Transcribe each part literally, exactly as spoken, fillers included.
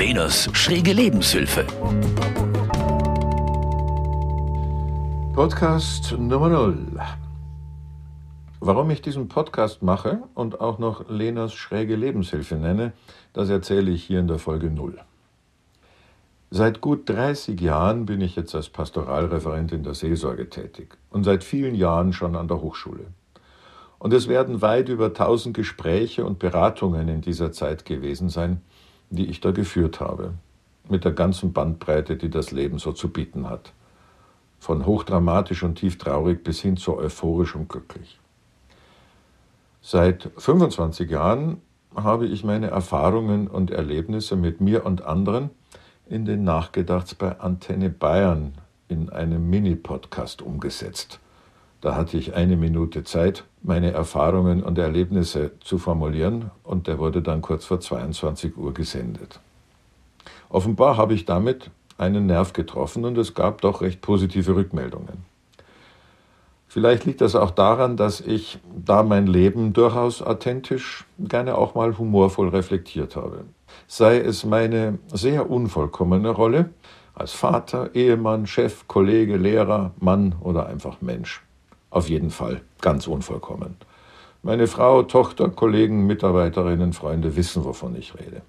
Lehners schräge Lebenshilfe. Podcast Nummer null. Warum ich diesen Podcast mache und auch noch Lehners schräge Lebenshilfe nenne, das erzähle ich hier in der Folge null. Seit gut dreißig Jahren bin ich jetzt als Pastoralreferent in der Seelsorge tätig und seit vielen Jahren schon an der Hochschule. Und es werden weit über tausend Gespräche und Beratungen in dieser Zeit gewesen sein, die ich da geführt habe, mit der ganzen Bandbreite, die das Leben so zu bieten hat. Von hochdramatisch und tieftraurig bis hin zu euphorisch und glücklich. Seit fünfundzwanzig Jahren habe ich meine Erfahrungen und Erlebnisse mit mir und anderen in den Nachgedachts bei Antenne Bayern in einem Mini-Podcast umgesetzt. Da hatte ich eine Minute Zeit, meine Erfahrungen und Erlebnisse zu formulieren und der wurde dann kurz vor zweiundzwanzig Uhr gesendet. Offenbar habe ich damit einen Nerv getroffen und es gab doch recht positive Rückmeldungen. Vielleicht liegt das auch daran, dass ich, da mein Leben durchaus authentisch, gerne auch mal humorvoll reflektiert habe. Sei es meine sehr unvollkommene Rolle als Vater, Ehemann, Chef, Kollege, Lehrer, Mann oder einfach Mensch. Auf jeden Fall ganz unvollkommen. Meine Frau, Tochter, Kollegen, Mitarbeiterinnen, Freunde wissen, wovon ich rede.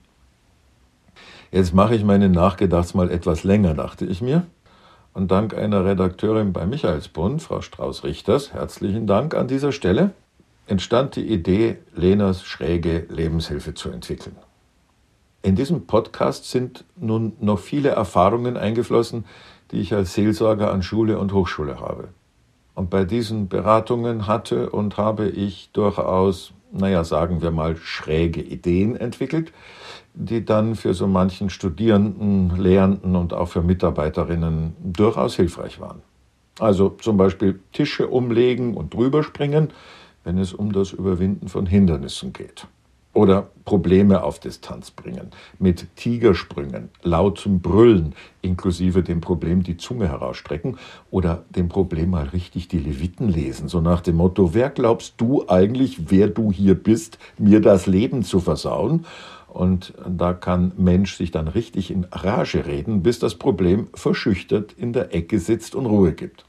Jetzt mache ich meine Nachgedachts mal etwas länger, dachte ich mir. Und dank einer Redakteurin bei Michaelsbund, Frau Strauß-Richters, herzlichen Dank an dieser Stelle, entstand die Idee, Lehners schräge Lebenshilfe zu entwickeln. In diesem Podcast sind nun noch viele Erfahrungen eingeflossen, die ich als Seelsorger an Schule und Hochschule habe. Und bei diesen Beratungen hatte und habe ich durchaus, naja, sagen wir mal, schräge Ideen entwickelt, die dann für so manchen Studierenden, Lehrenden und auch für Mitarbeiterinnen durchaus hilfreich waren. Also zum Beispiel Tische umlegen und drüber springen, wenn es um das Überwinden von Hindernissen geht. Oder Probleme auf Distanz bringen, mit Tigersprüngen, lautem Brüllen, inklusive dem Problem die Zunge herausstrecken oder dem Problem mal richtig die Leviten lesen, so nach dem Motto, wer glaubst du eigentlich, wer du hier bist, mir das Leben zu versauen? Und da kann Mensch sich dann richtig in Rage reden, bis das Problem verschüchtert in der Ecke sitzt und Ruhe gibt.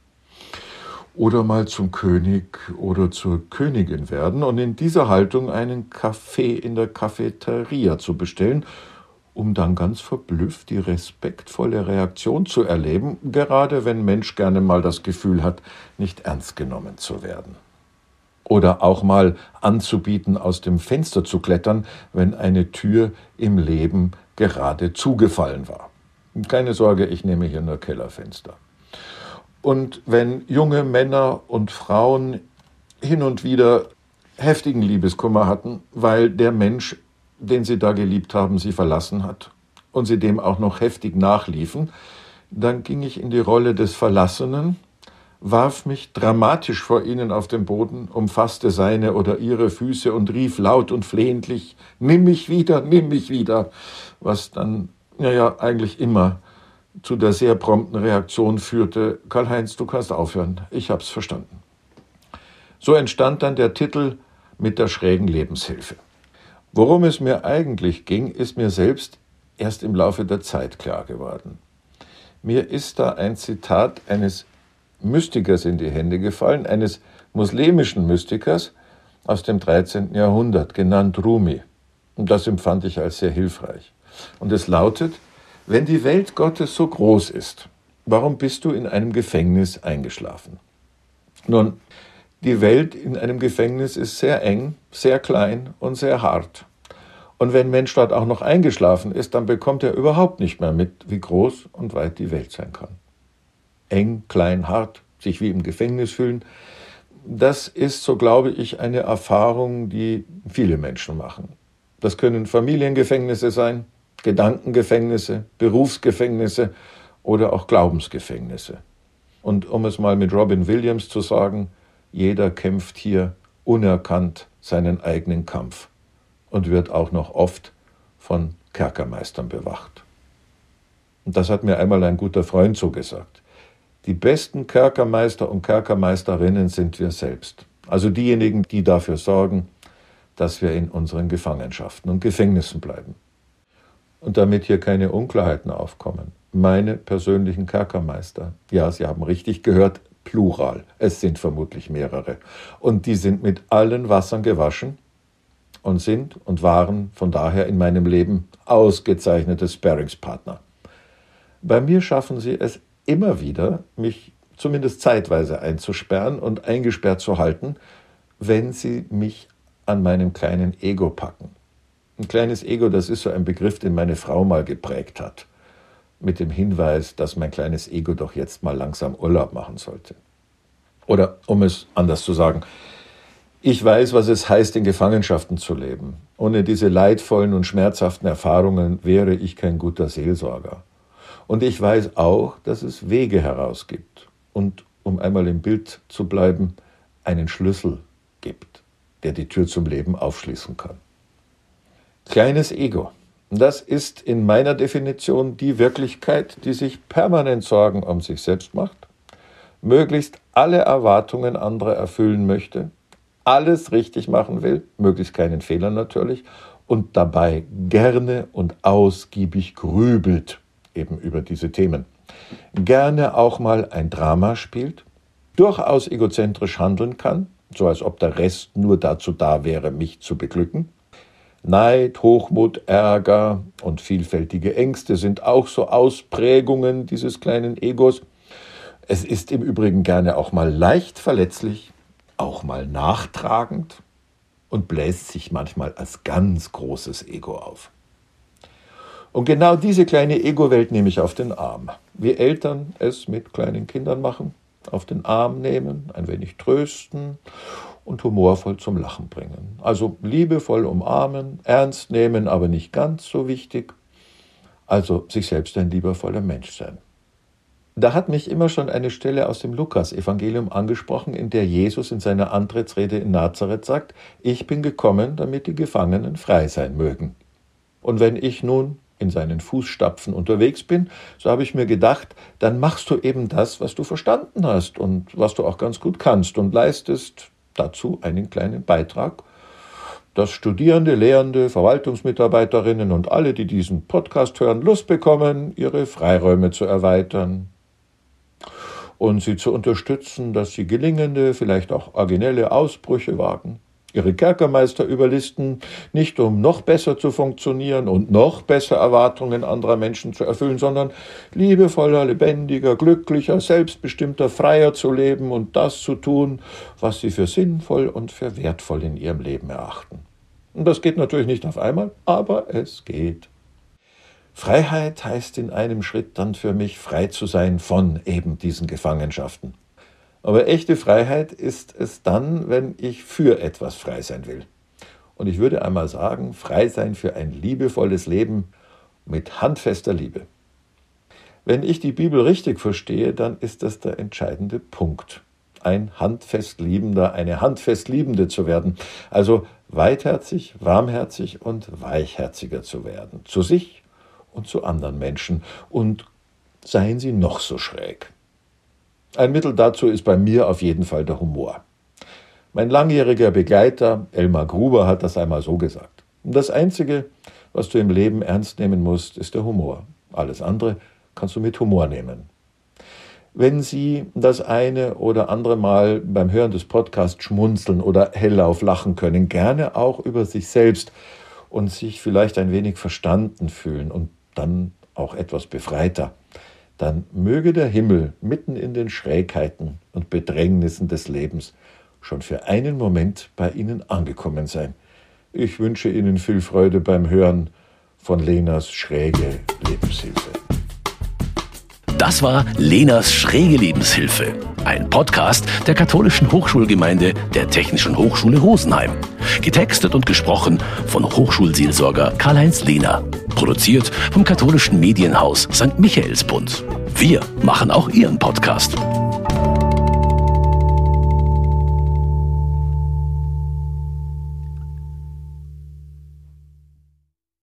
Oder mal zum König oder zur Königin werden und in dieser Haltung einen Kaffee in der Cafeteria zu bestellen, um dann ganz verblüfft die respektvolle Reaktion zu erleben, gerade wenn Mensch gerne mal das Gefühl hat, nicht ernst genommen zu werden. Oder auch mal anzubieten, aus dem Fenster zu klettern, wenn eine Tür im Leben gerade zugefallen war. Keine Sorge, ich nehme hier nur Kellerfenster. Und wenn junge Männer und Frauen hin und wieder heftigen Liebeskummer hatten, weil der Mensch, den sie da geliebt haben, sie verlassen hat und sie dem auch noch heftig nachliefen, dann ging ich in die Rolle des Verlassenen, warf mich dramatisch vor ihnen auf den Boden, umfasste seine oder ihre Füße und rief laut und flehentlich, nimm mich wieder, nimm mich wieder, was dann, naja, eigentlich immer zu der sehr prompten Reaktion führte, Karl-Heinz, du kannst aufhören, ich hab's verstanden. So entstand dann der Titel mit der schrägen Lebenshilfe. Worum es mir eigentlich ging, ist mir selbst erst im Laufe der Zeit klar geworden. Mir ist da ein Zitat eines Mystikers in die Hände gefallen, eines muslimischen Mystikers aus dem dreizehnten Jahrhundert, genannt Rumi. Und das empfand ich als sehr hilfreich. Und es lautet, wenn die Welt Gottes so groß ist, warum bist du in einem Gefängnis eingeschlafen? Nun, die Welt in einem Gefängnis ist sehr eng, sehr klein und sehr hart. Und wenn Mensch dort auch noch eingeschlafen ist, dann bekommt er überhaupt nicht mehr mit, wie groß und weit die Welt sein kann. Eng, klein, hart, sich wie im Gefängnis fühlen, das ist, so glaube ich, eine Erfahrung, die viele Menschen machen. Das können Familiengefängnisse sein, Gedankengefängnisse, Berufsgefängnisse oder auch Glaubensgefängnisse. Und um es mal mit Robin Williams zu sagen, jeder kämpft hier unerkannt seinen eigenen Kampf und wird auch noch oft von Kerkermeistern bewacht. Und das hat mir einmal ein guter Freund so gesagt. Die besten Kerkermeister und Kerkermeisterinnen sind wir selbst. Also diejenigen, die dafür sorgen, dass wir in unseren Gefangenschaften und Gefängnissen bleiben. Und damit hier keine Unklarheiten aufkommen, meine persönlichen Kerkermeister, ja, Sie haben richtig gehört, Plural, es sind vermutlich mehrere. Und die sind mit allen Wassern gewaschen und sind und waren von daher in meinem Leben ausgezeichnete Sparringspartner. Bei mir schaffen sie es immer wieder, mich zumindest zeitweise einzusperren und eingesperrt zu halten, wenn sie mich an meinem kleinen Ego packen. Ein kleines Ego, das ist so ein Begriff, den meine Frau mal geprägt hat, mit dem Hinweis, dass mein kleines Ego doch jetzt mal langsam Urlaub machen sollte. Oder, um es anders zu sagen, ich weiß, was es heißt, in Gefangenschaften zu leben. Ohne diese leidvollen und schmerzhaften Erfahrungen wäre ich kein guter Seelsorger. Und ich weiß auch, dass es Wege heraus gibt und, um einmal im Bild zu bleiben, einen Schlüssel gibt, der die Tür zum Leben aufschließen kann. Kleines Ego, das ist in meiner Definition die Wirklichkeit, die sich permanent Sorgen um sich selbst macht, möglichst alle Erwartungen anderer erfüllen möchte, alles richtig machen will, möglichst keinen Fehler natürlich, und dabei gerne und ausgiebig grübelt eben über diese Themen. Gerne auch mal ein Drama spielt, durchaus egozentrisch handeln kann, so als ob der Rest nur dazu da wäre, mich zu beglücken. Neid, Hochmut, Ärger und vielfältige Ängste sind auch so Ausprägungen dieses kleinen Egos. Es ist im Übrigen gerne auch mal leicht verletzlich, auch mal nachtragend und bläst sich manchmal als ganz großes Ego auf. Und genau diese kleine Ego-Welt nehme ich auf den Arm. Wie Eltern es mit kleinen Kindern machen, auf den Arm nehmen, ein wenig trösten und humorvoll zum Lachen bringen. Also liebevoll umarmen, ernst nehmen, aber nicht ganz so wichtig. Also sich selbst ein liebevoller Mensch sein. Da hat mich immer schon eine Stelle aus dem Lukas-Evangelium angesprochen, in der Jesus in seiner Antrittsrede in Nazareth sagt, ich bin gekommen, damit die Gefangenen frei sein mögen. Und wenn ich nun in seinen Fußstapfen unterwegs bin, so habe ich mir gedacht, dann machst du eben das, was du verstanden hast und was du auch ganz gut kannst und leistest dazu einen kleinen Beitrag, dass Studierende, Lehrende, Verwaltungsmitarbeiterinnen und alle, die diesen Podcast hören, Lust bekommen, ihre Freiräume zu erweitern und sie zu unterstützen, dass sie gelingende, vielleicht auch originelle Ausbrüche wagen, ihre Kerkermeister überlisten, nicht um noch besser zu funktionieren und noch besser Erwartungen anderer Menschen zu erfüllen, sondern liebevoller, lebendiger, glücklicher, selbstbestimmter, freier zu leben und das zu tun, was sie für sinnvoll und für wertvoll in ihrem Leben erachten. Und das geht natürlich nicht auf einmal, aber es geht. Freiheit heißt in einem Schritt dann für mich, frei zu sein von eben diesen Gefangenschaften. Aber echte Freiheit ist es dann, wenn ich für etwas frei sein will. Und ich würde einmal sagen, frei sein für ein liebevolles Leben mit handfester Liebe. Wenn ich die Bibel richtig verstehe, dann ist das der entscheidende Punkt. Ein handfest Liebender, eine handfest Liebende zu werden. Also weitherzig, warmherzig und weichherziger zu werden. Zu sich und zu anderen Menschen. Und seien sie noch so schräg. Ein Mittel dazu ist bei mir auf jeden Fall der Humor. Mein langjähriger Begleiter Elmar Gruber hat das einmal so gesagt. Das Einzige, was du im Leben ernst nehmen musst, ist der Humor. Alles andere kannst du mit Humor nehmen. Wenn Sie das eine oder andere Mal beim Hören des Podcasts schmunzeln oder hellauf lachen können, gerne auch über sich selbst und sich vielleicht ein wenig verstanden fühlen und dann auch etwas befreiter, dann möge der Himmel mitten in den Schrägheiten und Bedrängnissen des Lebens schon für einen Moment bei Ihnen angekommen sein. Ich wünsche Ihnen viel Freude beim Hören von Lenas schräge Lebenshilfe. Das war Lenas schräge Lebenshilfe, ein Podcast der katholischen Hochschulgemeinde der Technischen Hochschule Rosenheim. Getextet und gesprochen von Hochschulseelsorger Karl-Heinz Lehner. Produziert vom katholischen Medienhaus Sankt Michaelsbund. Wir machen auch Ihren Podcast.